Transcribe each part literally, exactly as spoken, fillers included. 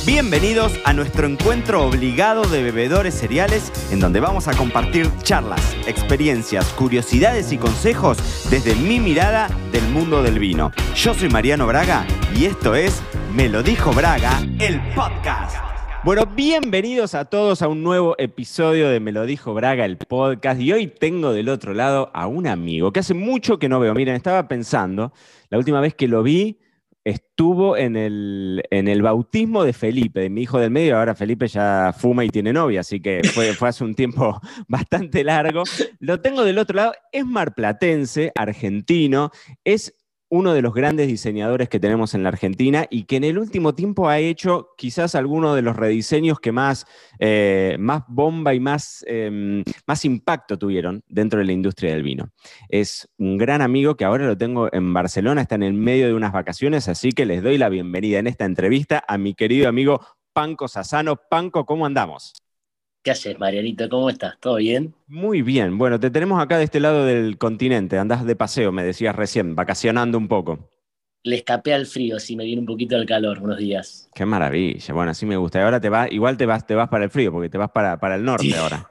Bienvenidos a nuestro encuentro obligado de bebedores cereales, en donde vamos a compartir charlas, experiencias, curiosidades y consejos desde mi mirada del mundo del vino. Yo soy Mariano Braga y esto es Me lo dijo Braga, el podcast. Bueno, bienvenidos a todos a un nuevo episodio de Me lo dijo Braga, el podcast. Y hoy tengo del otro lado a un amigo que hace mucho que no veo. Miren, estaba pensando, la última vez que lo vi, estuvo en el, en el bautismo de Felipe, de mi hijo del medio. Ahora Felipe ya fuma y tiene novia, así que fue, fue hace un tiempo bastante largo. Lo tengo del otro lado, es marplatense, argentino, es uno de los grandes diseñadores que tenemos en la Argentina y que en el último tiempo ha hecho quizás alguno de los rediseños que más, eh, más bomba y más, eh, más impacto tuvieron dentro de la industria del vino. Es un gran amigo que ahora lo tengo en Barcelona, está en el medio de unas vacaciones, así que les doy la bienvenida en esta entrevista a mi querido amigo Panco Sassano. Panco, ¿cómo andamos? ¿Qué haces, Marianito? ¿Cómo estás? ¿Todo bien? Muy bien. Bueno, te tenemos acá de este lado del continente. Andás de paseo, me decías recién, vacacionando un poco. Le escapé al frío, sí, me viene un poquito al calor unos días. Qué maravilla. Bueno, así me gusta. Y ahora te vas, igual te vas, te vas para el frío, porque te vas para, para el norte Sí. ahora.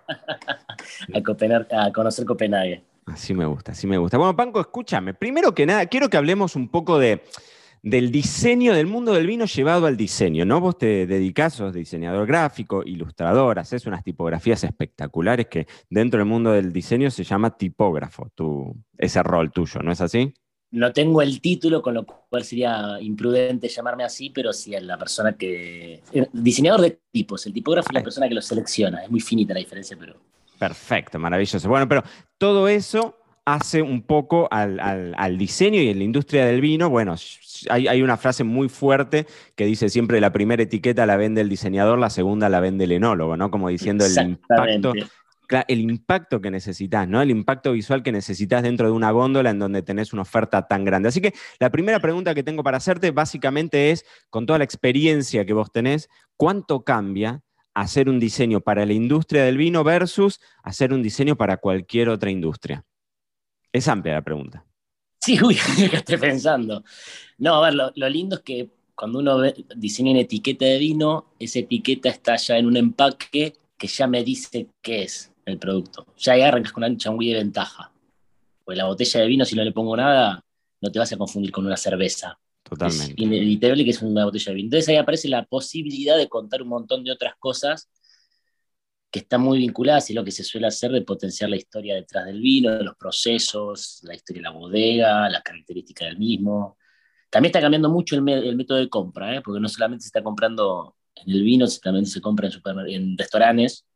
a, Copenhague, a conocer Copenhague. Así me gusta, así me gusta. Bueno, Panco, escúchame. Primero que nada, quiero que hablemos un poco de, del diseño, del mundo del vino llevado al diseño, ¿no? Vos te dedicás, sos diseñador gráfico, ilustrador, haces unas tipografías espectaculares que dentro del mundo del diseño se llama tipógrafo, tu, ese rol tuyo, ¿no es así? No tengo el título, con lo cual sería imprudente llamarme así, pero sí es la persona que... El diseñador de tipos, el tipógrafo es la persona que los selecciona. Es muy finita la diferencia, pero... Perfecto, maravilloso. Bueno, pero todo eso hace un poco al, al, al diseño y en la industria del vino. Bueno, hay, hay una frase muy fuerte que dice siempre: la primera etiqueta la vende el diseñador, la segunda la vende el enólogo, ¿no? Como diciendo el impacto, el impacto que necesitas, ¿no? El impacto visual que necesitas dentro de una góndola en donde tenés una oferta tan grande. Así que la primera pregunta que tengo para hacerte básicamente es, con toda la experiencia que vos tenés, ¿cuánto cambia hacer un diseño para la industria del vino versus hacer un diseño para cualquier otra industria? Es amplia la pregunta. Sí, uy, que estoy pensando. No, a ver, lo, lo lindo es que cuando uno ve, diseña una etiqueta de vino, esa etiqueta está ya en un empaque que ya me dice qué es el producto. Ya ahí arrancas con un changüí de ventaja. Pues la botella de vino, si no le pongo nada, no te vas a confundir con una cerveza. Totalmente. Es inevitable que es una botella de vino. Entonces ahí aparece la posibilidad de contar un montón de otras cosas que están muy vinculadas, y lo que se suele hacer de potenciar la historia detrás del vino, los procesos, la historia de la bodega, las características del mismo. También está cambiando mucho el, me el método de compra, ¿eh? Porque no solamente se está comprando en el vino, también se compra en, en restaurantes,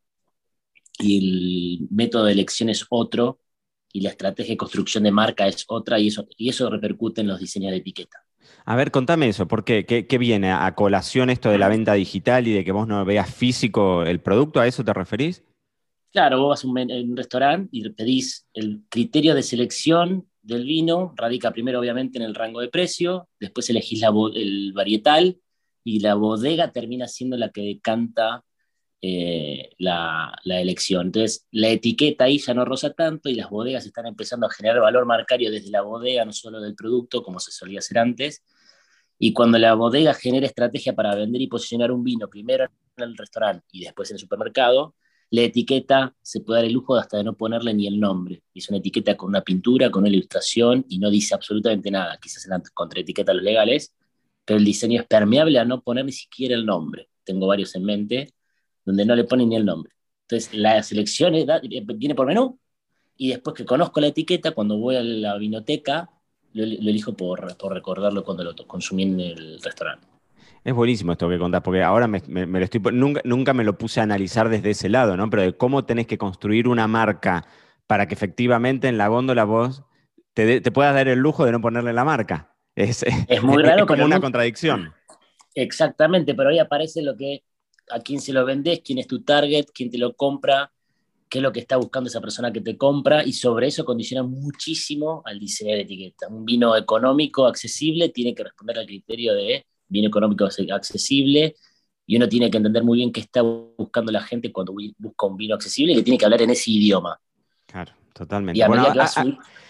y el método de elección es otro, y la estrategia de construcción de marca es otra, y eso, y eso repercute en los diseños de etiqueta. A ver, contame eso, ¿por qué? ¿Qué, qué viene a colación esto de la venta digital y de que vos no veas físico el producto? ¿A eso te referís? Claro, vos vas a un, un restaurante y pedís el criterio de selección del vino, radica primero obviamente en el rango de precio, después elegís la, el varietal, y la bodega termina siendo la que decanta eh, la, la elección. Entonces, la etiqueta ahí ya no roza tanto y las bodegas están empezando a generar valor marcario desde la bodega, no solo del producto, como se solía hacer antes. Y cuando la bodega genera estrategia para vender y posicionar un vino, primero en el restaurante y después en el supermercado, la etiqueta se puede dar el lujo hasta de no ponerle ni el nombre. Es una etiqueta con una pintura, con una ilustración, y no dice absolutamente nada. Quizás en la contraetiqueta los legales, pero el diseño es permeable a no poner ni siquiera el nombre. Tengo varios en mente donde no le ponen ni el nombre. Entonces, la selección es, viene por menú, y después que conozco la etiqueta, cuando voy a la vinoteca, lo, lo elijo por, por recordarlo cuando lo consumí en el restaurante. Es buenísimo esto que contás, porque ahora me, me, me lo estoy, nunca, nunca me lo puse a analizar desde ese lado, ¿no? Pero de cómo tenés que construir una marca para que efectivamente en la góndola vos te, de, te puedas dar el lujo de no ponerle la marca. Es, es muy raro, es como pero una no, contradicción. Exactamente, pero ahí aparece lo que, a quién se lo vendés, quién es tu target, quién te lo compra, qué es lo que está buscando esa persona que te compra, y sobre eso condiciona muchísimo al diseño de etiqueta. Un vino económico, accesible, tiene que responder al criterio de vino económico accesible, y uno tiene que entender muy bien qué está buscando la gente cuando busca un vino accesible, y que tiene que hablar en ese idioma. Claro, totalmente. Y a Bueno, medida que a, va a subir...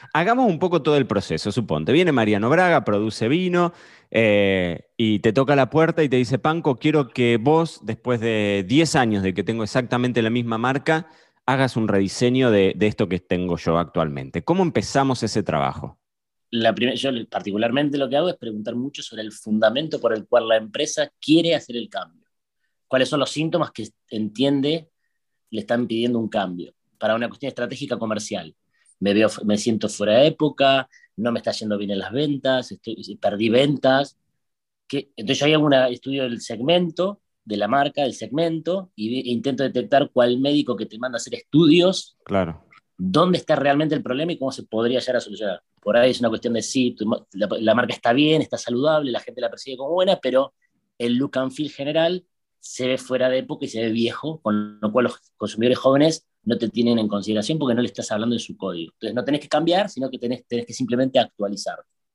Hagamos un poco todo el proceso, suponte. Viene Mariano Braga, produce vino eh, y te toca la puerta y te dice, Panco, quiero que vos, después de diez años de que tengo exactamente la misma marca, hagas un rediseño de, de esto que tengo yo actualmente. ¿Cómo empezamos ese trabajo? La primer, yo particularmente lo que hago es preguntar mucho sobre el fundamento por el cual la empresa quiere hacer el cambio. ¿Cuáles son los síntomas que entiende le están pidiendo un cambio? Para una cuestión estratégica comercial. Me, veo, me siento fuera de época, no me está yendo bien en las ventas, estoy, perdí ventas. Que, entonces yo hago un estudio del segmento, de la marca, del segmento, e intento detectar cuál médico que te manda a hacer estudios, claro, dónde está realmente el problema y cómo se podría llegar a solucionar. Por ahí es una cuestión de sí, tu, la, la marca está bien, está saludable, la gente la percibe como buena, pero el look and feel general se ve fuera de época y se ve viejo, con lo cual los consumidores jóvenes no te tienen en consideración porque no le estás hablando de su código. Entonces no tenés que cambiar, sino que tenés, tenés que simplemente actualizar.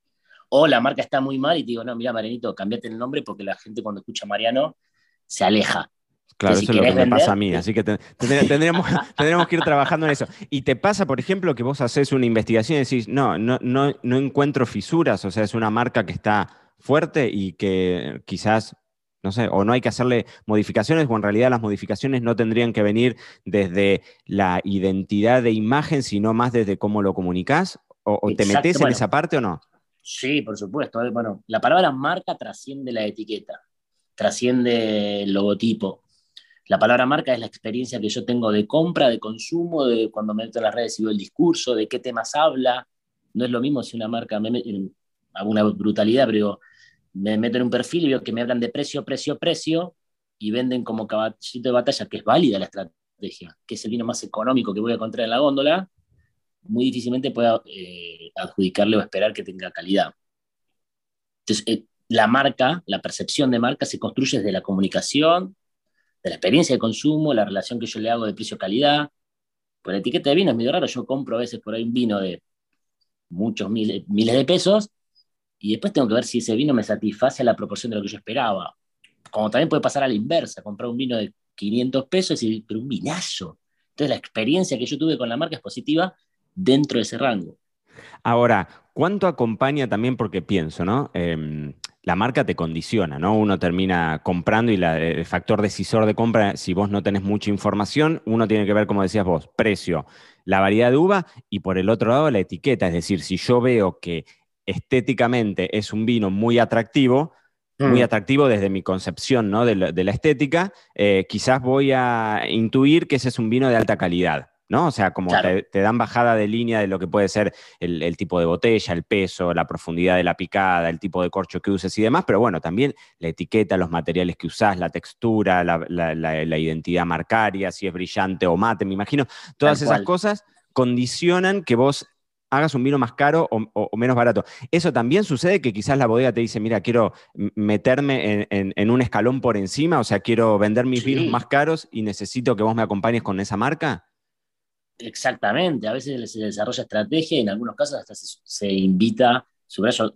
O la marca está muy mal y te digo, no, mira, Marianito, cambiate el nombre porque la gente cuando escucha Mariano se aleja. Claro, Entonces, eso si es lo que me vender, pasa a mí, así que te, te, tendremos, tendremos que ir trabajando en eso. Y te pasa, por ejemplo, que vos haces una investigación y decís, no, no, no, no encuentro fisuras, o sea, es una marca que está fuerte y que quizás, no sé, o no hay que hacerle modificaciones, o en realidad las modificaciones no tendrían que venir desde la identidad de imagen, sino más desde cómo lo comunicás, o, o te exacto, metés en bueno, esa parte o no. sí, por supuesto. Bueno, la palabra marca trasciende la etiqueta, trasciende el logotipo. La palabra marca es la experiencia que yo tengo de compra, de consumo, de cuando me meto en las redes y veo el discurso, de qué temas habla. No es lo mismo si una marca, me, hago una brutalidad, pero digo, me meto en un perfil y veo que me hablan de precio, precio, precio, y venden como caballito de batalla, que es válida la estrategia, que es el vino más económico que voy a encontrar en la góndola, muy difícilmente pueda eh, adjudicarle o esperar que tenga calidad. Entonces, eh, la marca, la percepción de marca se construye desde la comunicación, de la experiencia de consumo, la relación que yo le hago de precio-calidad. Por la etiqueta de vino es medio raro, yo compro a veces por ahí un vino de muchos miles, miles de pesos y después tengo que ver si ese vino me satisface a la proporción de lo que yo esperaba. Como también puede pasar a la inversa, comprar un vino de quinientos pesos y decir, pero un vinazo. Entonces la experiencia que yo tuve con la marca es positiva dentro de ese rango. Ahora, ¿cuánto acompaña también? Porque pienso, ¿no? Eh, la marca te condiciona, ¿no? Uno termina comprando y la, el factor decisor de compra, si vos no tenés mucha información, uno tiene que ver, como decías vos, precio, la variedad de uva y por el otro lado la etiqueta. Es decir, si yo veo que estéticamente es un vino muy atractivo, muy Mm. atractivo desde mi concepción, ¿no? de, la, de la estética, eh, quizás voy a intuir que ese es un vino de alta calidad. ¿No? O sea, como Claro. te, te dan bajada de línea de lo que puede ser el, el tipo de botella, el peso, la profundidad de la picada, el tipo de corcho que uses y demás, pero bueno, también la etiqueta, los materiales que usás, la textura, la, la, la, la identidad marcaria, si es brillante o mate, me imagino, todas Tal esas cual. cosas condicionan que vos hagas un vino más caro o, o, o menos barato. Eso también sucede que quizás la bodega te dice, mira, quiero meterme en, en, en un escalón por encima, o sea, quiero vender mis vinos más Sí, caros y necesito que vos me acompañes con esa marca. exactamente. A veces se desarrolla estrategia y en algunos casos hasta se, se invita, subrayo,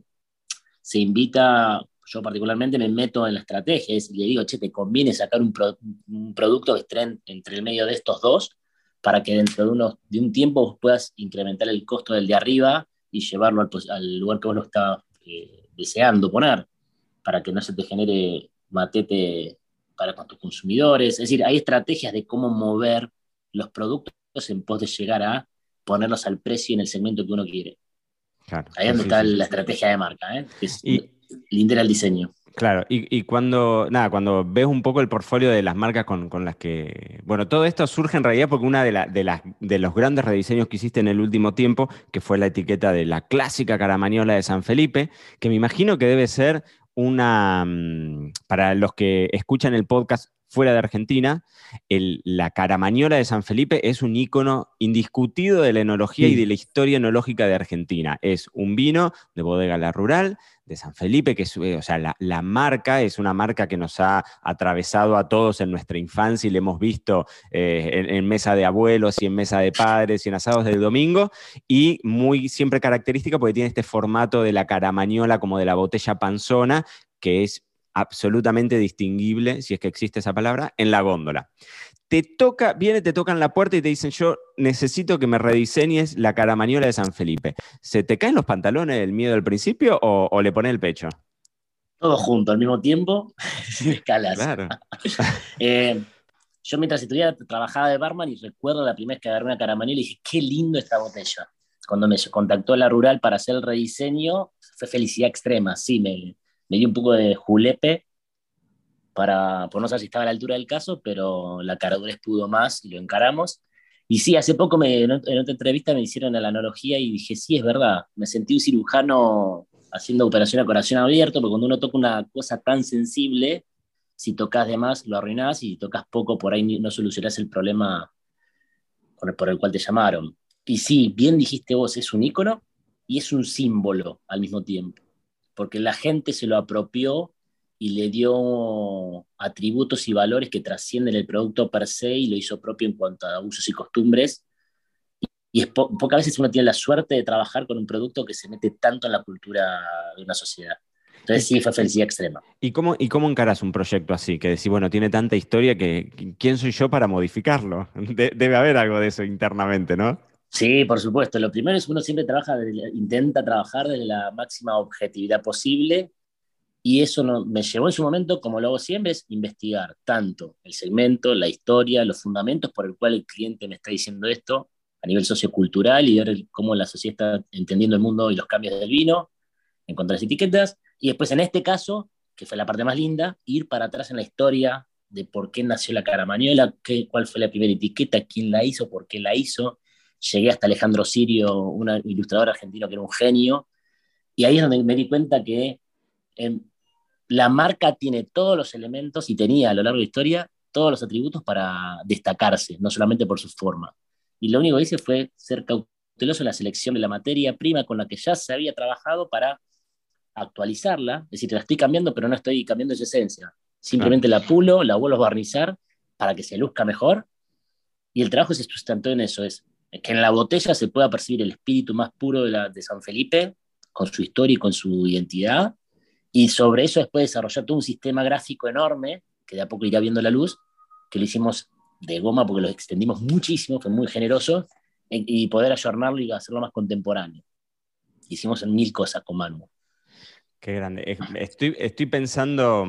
se invita, yo particularmente me meto en la estrategia, es, le digo, che, te conviene sacar un, pro, un producto que esté en, entre el medio de estos dos para que dentro de, unos, de un tiempo vos puedas incrementar el costo del de arriba y llevarlo al, al lugar que vos lo estás eh, deseando poner, para que no se te genere matete para con tus consumidores. Es decir, hay estrategias de cómo mover los productos en pos de llegar a ponerlos al precio en el segmento que uno quiere. Claro, Ahí es sí, donde sí, está sí. la estrategia de marca, ¿eh? Es Y lindera el diseño. claro, y, y cuando, nada, cuando ves un poco el portfolio de las marcas con, con las que. Bueno, todo esto surge en realidad porque una de, la- de, las, de los grandes rediseños que hiciste en el último tiempo, que fue la etiqueta de la clásica Caramañola de San Felipe, que me imagino que debe ser una. mm, Para los que escuchan el podcast fuera de Argentina, el- la Caramañola de San Felipe es un ícono indiscutido de la enología y de Sí. la historia enológica de Argentina. Es un vino de bodega La Rural de San Felipe, que es, eh, o sea, la, la marca es una marca que nos ha atravesado a todos en nuestra infancia y le hemos visto eh, en, en mesa de abuelos y en mesa de padres y en asados del domingo, y muy siempre característica porque tiene este formato de la caramañola como de la botella panzona, que es absolutamente distinguible, si es que existe esa palabra, en la góndola. Te toca, viene, te tocan la puerta y te dicen, yo necesito que me rediseñes la Caramañola de San Felipe. ¿Se te caen los pantalones del miedo al principio o, o le pones el pecho? Todo junto, al mismo tiempo, sin escalas. Claro. eh, yo mientras estudiaba trabajaba de barman y recuerdo la primera vez que agarré una Caramañola y dije, qué lindo esta botella. Cuando me contactó la Rural para hacer el rediseño, fue felicidad extrema. Sí, me, me dio un poco de julepe para, por no saber si estaba a la altura del caso, pero la Caradurez pudo más y lo encaramos. Y sí, hace poco me, en otra entrevista me hicieron la analogía y dije, sí, es verdad, me sentí un cirujano haciendo operación a corazón abierto, porque cuando uno toca una cosa tan sensible, si tocas de más lo arruinás y si tocas poco por ahí no solucionás el problema por el, por el cual te llamaron. Y sí, bien dijiste vos, es un ícono y es un símbolo al mismo tiempo, porque la gente se lo apropió y le dio atributos y valores que trascienden el producto per se y lo hizo propio en cuanto a usos y costumbres. Y es po pocas veces uno tiene la suerte de trabajar con un producto que se mete tanto en la cultura de una sociedad. Entonces sí, fue felicidad extrema. ¿Y cómo, ¿Y cómo encarás un proyecto así? Que decís, bueno, tiene tanta historia que ¿quién soy yo para modificarlo? De, debe haber algo de eso internamente, ¿no? Sí, por supuesto. Lo primero es uno siempre trabaja, desde, intenta trabajar desde la máxima objetividad posible. Y eso no, me llevó en su momento, como lo hago siempre, es investigar tanto el segmento, la historia, los fundamentos por el cual el cliente me está diciendo esto a nivel sociocultural y ver cómo la sociedad está entendiendo el mundo y los cambios del vino, encontrar las etiquetas, y después en este caso, que fue la parte más linda, ir para atrás en la historia de por qué nació la Caramañola, qué, cuál fue la primera etiqueta, quién la hizo, por qué la hizo. Llegué hasta Alejandro Sirio, un ilustrador argentino que era un genio, y ahí es donde me di cuenta que eh, la marca tiene todos los elementos y tenía a lo largo de la historia todos los atributos para destacarse, no solamente por su forma. Y lo único que hice fue ser cauteloso en la selección de la materia prima con la que ya se había trabajado para actualizarla, es decir, la estoy cambiando, pero no estoy cambiando su esencia. Simplemente claro. La pulo, la vuelvo a barnizar para que se luzca mejor, y el trabajo se sustentó en eso, es que en la botella se pueda percibir el espíritu más puro de, la, de San Felipe, con su historia y con su identidad, y sobre eso después desarrollar todo un sistema gráfico enorme, que de a poco irá viendo la luz, que lo hicimos de goma porque lo extendimos muchísimo, fue muy generoso, y poder ayornarlo y hacerlo más contemporáneo. Hicimos mil cosas con Manu. Qué grande. Estoy, estoy pensando,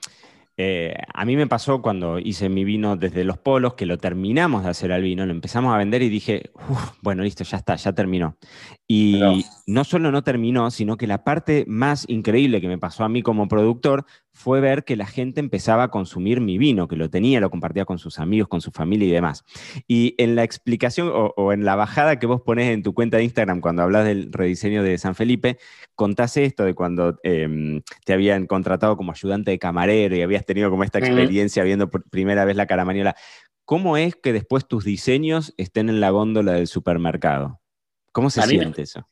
eh, a mí me pasó cuando hice mi vino desde Los Polos, que lo terminamos de hacer al vino, lo empezamos a vender y dije, bueno, listo, ya está, ya terminó. Y no. no solo no terminó, sino que la parte más increíble que me pasó a mí como productor fue ver que la gente empezaba a consumir mi vino, que lo tenía, lo compartía con sus amigos, con su familia y demás. Y en la explicación o, o en la bajada que vos ponés en tu cuenta de Instagram cuando hablas del rediseño de San Felipe, contás esto de cuando eh, te habían contratado como ayudante de camarero y habías tenido como esta experiencia uh-huh. viendo por primera vez la Caramañola. ¿Cómo es que después tus diseños estén en la góndola del supermercado? ¿Cómo se siente me... eso?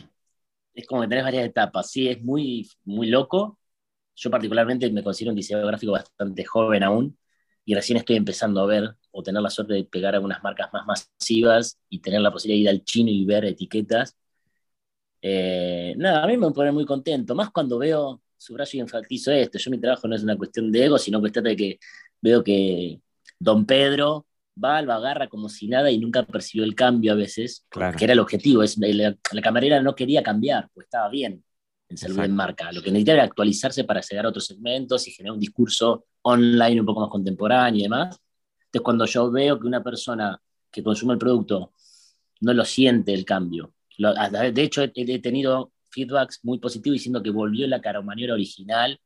Es como que tenés varias etapas. Sí, es muy, muy loco. Yo particularmente me considero un diseñador gráfico bastante joven aún y recién estoy empezando a ver o tener la suerte de pegar algunas marcas más masivas y tener la posibilidad de ir al chino y ver etiquetas. Eh, nada, a mí me pone muy contento, más cuando veo, subrayo y enfatizo esto, yo mi trabajo no es una cuestión de ego, sino que trata de que veo que Don Pedro va, lo agarra como si nada y nunca percibió el cambio a veces, claro. Que era el objetivo, es, la, la camarera no quería cambiar, pues estaba bien en salud en marca, lo que necesitaba era actualizarse para llegar a otros segmentos y generar un discurso online un poco más contemporáneo y demás. Entonces cuando yo veo que una persona que consume el producto no lo siente el cambio, lo, de hecho he, he tenido feedbacks muy positivos diciendo que volvió la Caramañola original.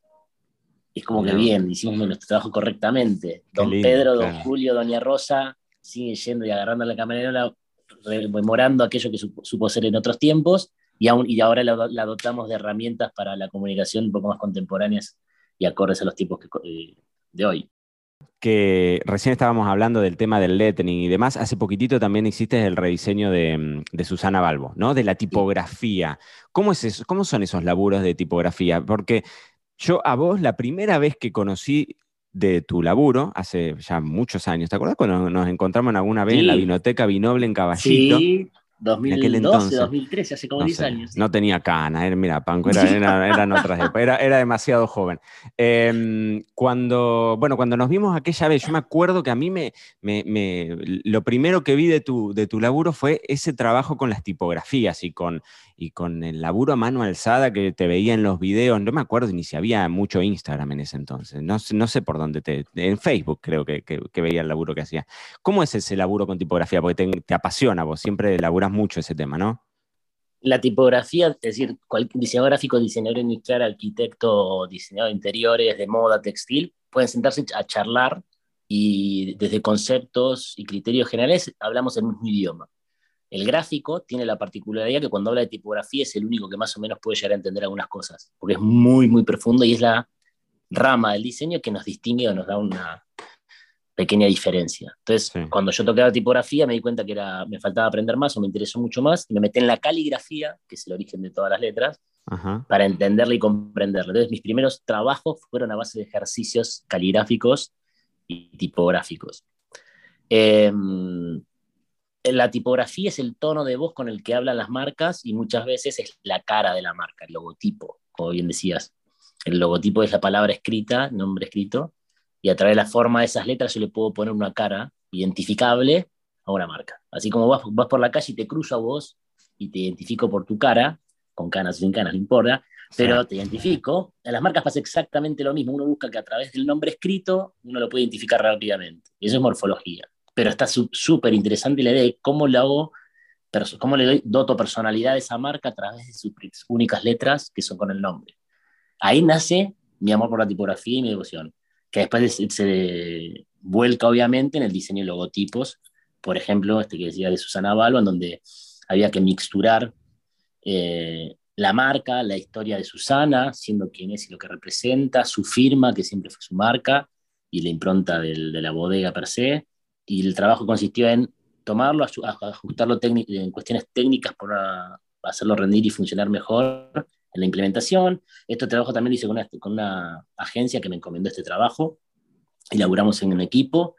Es como no. que bien, hicimos nuestro trabajo correctamente. Qué Don lindo, Pedro, Don claro. Julio, Doña Rosa siguen yendo y agarrando la Caramañola, rememorando aquello que supo, supo ser en otros tiempos, y, aún, y ahora la, la dotamos de herramientas para la comunicación un poco más contemporáneas y acordes a los tiempos que, eh, de hoy. Que recién estábamos hablando del tema del lettering y demás, hace poquitito también hiciste el rediseño de, de Susana Balbo, ¿no? De la tipografía. ¿Cómo, es eso? ¿Cómo son esos laburos de tipografía? Porque yo a vos la primera vez que conocí de tu laburo, hace ya muchos años, ¿te acuerdas cuando nos encontramos en alguna vez sí. en la Vinoteca Vinoble en Caballito? Sí, en aquel dos mil doce, entonces. dos mil trece, hace como No diez sé, años. no tenía cana, era, mira, Panco, era, era- eran otras épocas, era, era demasiado joven. Eh, cuando, bueno, cuando nos vimos aquella vez, yo me acuerdo que a mí me, me- me- lo primero que vi de tu, de tu laburo fue ese trabajo con las tipografías y con, y con el laburo a mano alzada que te veía en los videos. No me acuerdo ni si había mucho Instagram en ese entonces, no, sé- no sé por dónde te... En Facebook creo que, que- que veía el laburo que hacías. ¿Cómo es ese laburo con tipografía? Porque te, te apasiona, vos siempre laburás mucho ese tema, ¿no? La tipografía, es decir, cualquier diseñador gráfico, diseñador industrial, arquitecto, diseñador de interiores, de moda, textil, pueden sentarse a charlar y desde conceptos y criterios generales hablamos el mismo idioma. El gráfico tiene la particularidad que cuando habla de tipografía es el único que más o menos puede llegar a entender algunas cosas, porque es muy, muy profundo y es la rama del diseño que nos distingue o nos da una pequeña diferencia. Entonces, Sí. cuando yo tocaba tipografía me di cuenta que era, me faltaba aprender más o me interesó mucho más y me metí en la caligrafía, que es el origen de todas las letras, Ajá. para entenderla y comprenderla. Entonces, mis primeros trabajos fueron a base de ejercicios caligráficos y tipográficos. Eh, la tipografía es el tono de voz con el que hablan las marcas y muchas veces es la cara de la marca, el logotipo, como bien decías. El logotipo es la palabra escrita, nombre escrito, y a través de la forma de esas letras yo le puedo poner una cara identificable a una marca. Así como vas, vas por la calle y te cruzo a vos y te identifico por tu cara, con canas o sin canas, no importa, Sí. pero te identifico. En las marcas pasa exactamente lo mismo. Uno busca que a través del nombre escrito uno lo puede identificar rápidamente. Y eso es morfología. Pero está súper interesante la idea de cómo lo hago, cómo le doy, doto personalidad a esa marca a través de sus únicas letras que son con el nombre. Ahí nace mi amor por la tipografía y mi devoción, que después se, se vuelca obviamente en el diseño de logotipos. Por ejemplo, este que decía de Susana Balbo, en donde había que mixturar eh, la marca, la historia de Susana, siendo quien es y lo que representa, su firma, que siempre fue su marca, y la impronta del, de la bodega per se. Y el trabajo consistió en tomarlo, ajustarlo en cuestiones técnicas para hacerlo rendir y funcionar mejor en la implementación. Este trabajo también lo hice con una, con una agencia que me encomendó este trabajo. Elaboramos en un equipo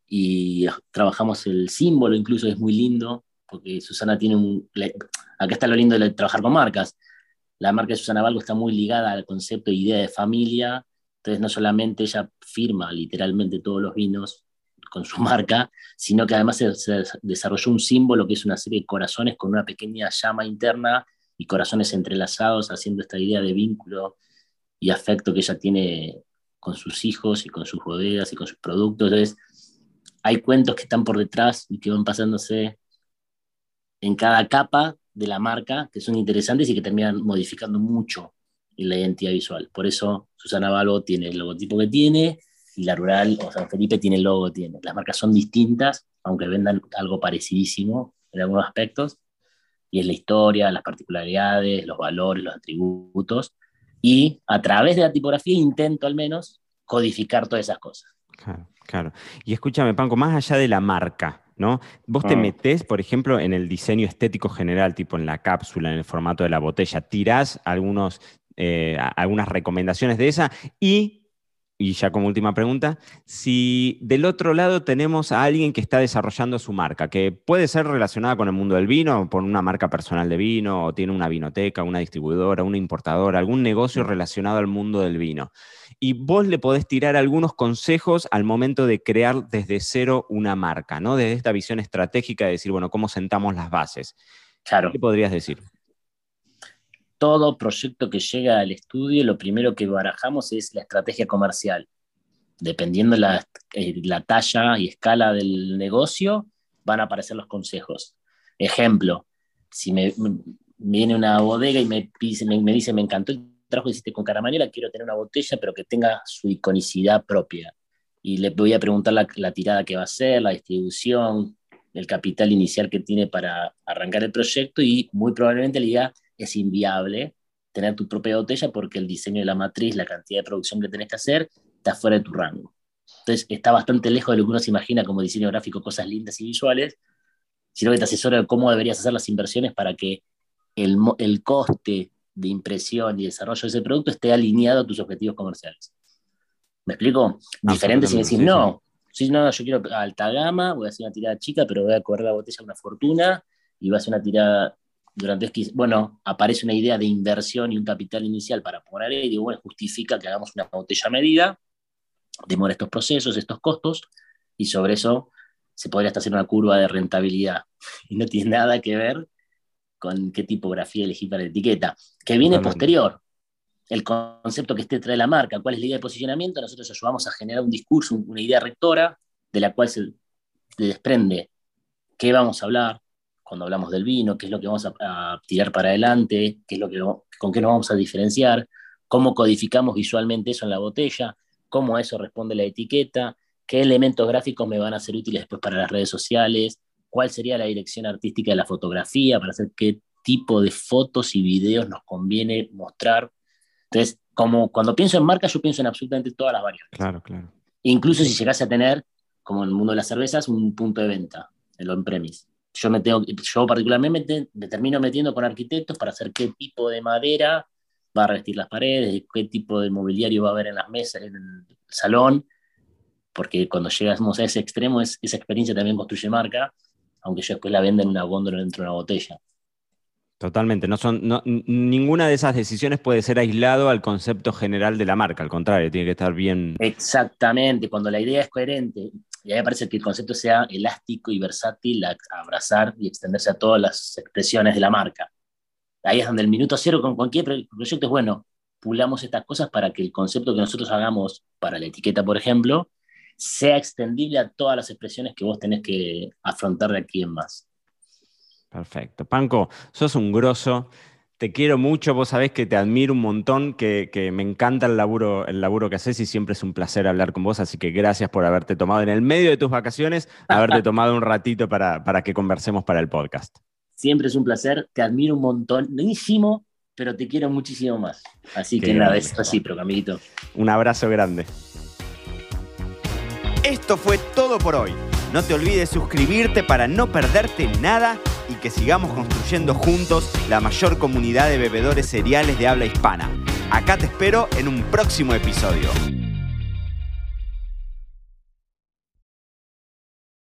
y trabajamos el símbolo, incluso es muy lindo, porque Susana tiene un... Acá está lo lindo de trabajar con marcas. La marca de Susana Balbo está muy ligada al concepto e idea de familia, entonces no solamente ella firma literalmente todos los vinos con su marca, sino que además se, se desarrolló un símbolo que es una serie de corazones con una pequeña llama interna y corazones entrelazados, haciendo esta idea de vínculo y afecto que ella tiene con sus hijos y con sus bodegas y con sus productos. Entonces, hay cuentos que están por detrás y que van pasándose en cada capa de la marca que son interesantes y que terminan modificando mucho en la identidad visual. Por eso Susana Balbo tiene el logotipo que tiene y la Rural o San Felipe tiene el logo que tiene. Las marcas son distintas, aunque vendan algo parecidísimo en algunos aspectos, y es la historia, las particularidades, los valores, los atributos, y a través de la tipografía intento al menos codificar todas esas cosas. Claro, claro. Y escúchame, Panco, más allá de la marca, ¿no? Vos te Mm. metés, por ejemplo, en el diseño estético general, tipo en la cápsula, en el formato de la botella, tirás algunos, eh, a- algunas recomendaciones de esa y, y ya como última pregunta, si del otro lado tenemos a alguien que está desarrollando su marca, que puede ser relacionada con el mundo del vino, por una marca personal de vino, o tiene una vinoteca, una distribuidora, una importadora, algún negocio relacionado al mundo del vino. Y vos le podés tirar algunos consejos al momento de crear desde cero una marca, ¿no? Desde esta visión estratégica de decir, bueno, ¿cómo sentamos las bases? Claro. ¿Qué podrías decir? Todo proyecto que llega al estudio, lo primero que barajamos es la estrategia comercial. Dependiendo la, eh, la talla y escala del negocio, van a aparecer los consejos. Ejemplo, si me, me viene una bodega y me, me, me dice, me encantó el trabajo que hiciste con Caramanera, quiero tener una botella, pero que tenga su iconicidad propia. Y le voy a preguntar la, la tirada que va a hacer, la distribución, el capital inicial que tiene para arrancar el proyecto y muy probablemente le diga, es inviable tener tu propia botella porque el diseño de la matriz, la cantidad de producción que tenés que hacer, está fuera de tu rango. Entonces está bastante lejos de lo que uno se imagina como diseño gráfico, cosas lindas y visuales, sino que te asesora de cómo deberías hacer las inversiones para que el, el coste de impresión y desarrollo de ese producto esté alineado a tus objetivos comerciales. ¿Me explico? Diferente si me decís, Sí, no, sí. Si no, yo quiero alta gama, voy a hacer una tirada chica, pero voy a correr la botella una fortuna y va a hacer una tirada durante X, bueno, aparece una idea de inversión y un capital inicial para poner ahí, y digo, bueno, justifica que hagamos una botella a medida, demora estos procesos, estos costos, y sobre eso se podría hasta hacer una curva de rentabilidad. Y no tiene nada que ver con qué tipografía elegir para la etiqueta, que viene Totalmente. posterior. El concepto que esté trae la marca, cuál es la idea de posicionamiento, nosotros ayudamos a generar un discurso, una idea rectora, de la cual se desprende qué vamos a hablar cuando hablamos del vino, qué es lo que vamos a, a tirar para adelante, qué es lo que, con qué nos vamos a diferenciar, cómo codificamos visualmente eso en la botella, cómo a eso responde la etiqueta, qué elementos gráficos me van a ser útiles después para las redes sociales, cuál sería la dirección artística de la fotografía, para hacer qué tipo de fotos y videos nos conviene mostrar. Entonces, como cuando pienso en marca, yo pienso en absolutamente todas las variables. Claro, claro. Incluso si llegase a tener, como en el mundo de las cervezas, un punto de venta, el on-premise. Yo, me tengo, yo particularmente me termino metiendo con arquitectos para hacer qué tipo de madera va a revestir las paredes, qué tipo de mobiliario va a haber en las mesas, en el salón, porque cuando llegamos a ese extremo, es, esa experiencia también construye marca, aunque yo después la venda en una góndola dentro de una botella. Totalmente. No son, no, ninguna de esas decisiones puede ser aislado al concepto general de la marca. Al contrario, tiene que estar bien. Exactamente. Cuando la idea es coherente, y a mí me parece que el concepto sea elástico y versátil a abrazar y extenderse a todas las expresiones de la marca. Ahí es donde el minuto cero con cualquier proyecto es bueno. Pulamos estas cosas para que el concepto que nosotros hagamos para la etiqueta, por ejemplo, sea extendible a todas las expresiones que vos tenés que afrontar de aquí en más. Perfecto. Panco, sos un grosso. Te quiero mucho. Vos sabés que te admiro un montón, que, que me encanta el laburo, el laburo que haces y siempre es un placer hablar con vos. Así que gracias por haberte tomado en el medio de tus vacaciones, haberte tomado un ratito para, para que conversemos para el podcast. Siempre es un placer. Te admiro un montonísimo, pero te quiero muchísimo más. Así Qué que grande. nada, es recíproco, amiguito. Un abrazo grande. Esto fue todo por hoy. No te olvides suscribirte para no perderte nada y que sigamos construyendo juntos la mayor comunidad de bebedores cereales de habla hispana. Acá te espero en un próximo episodio.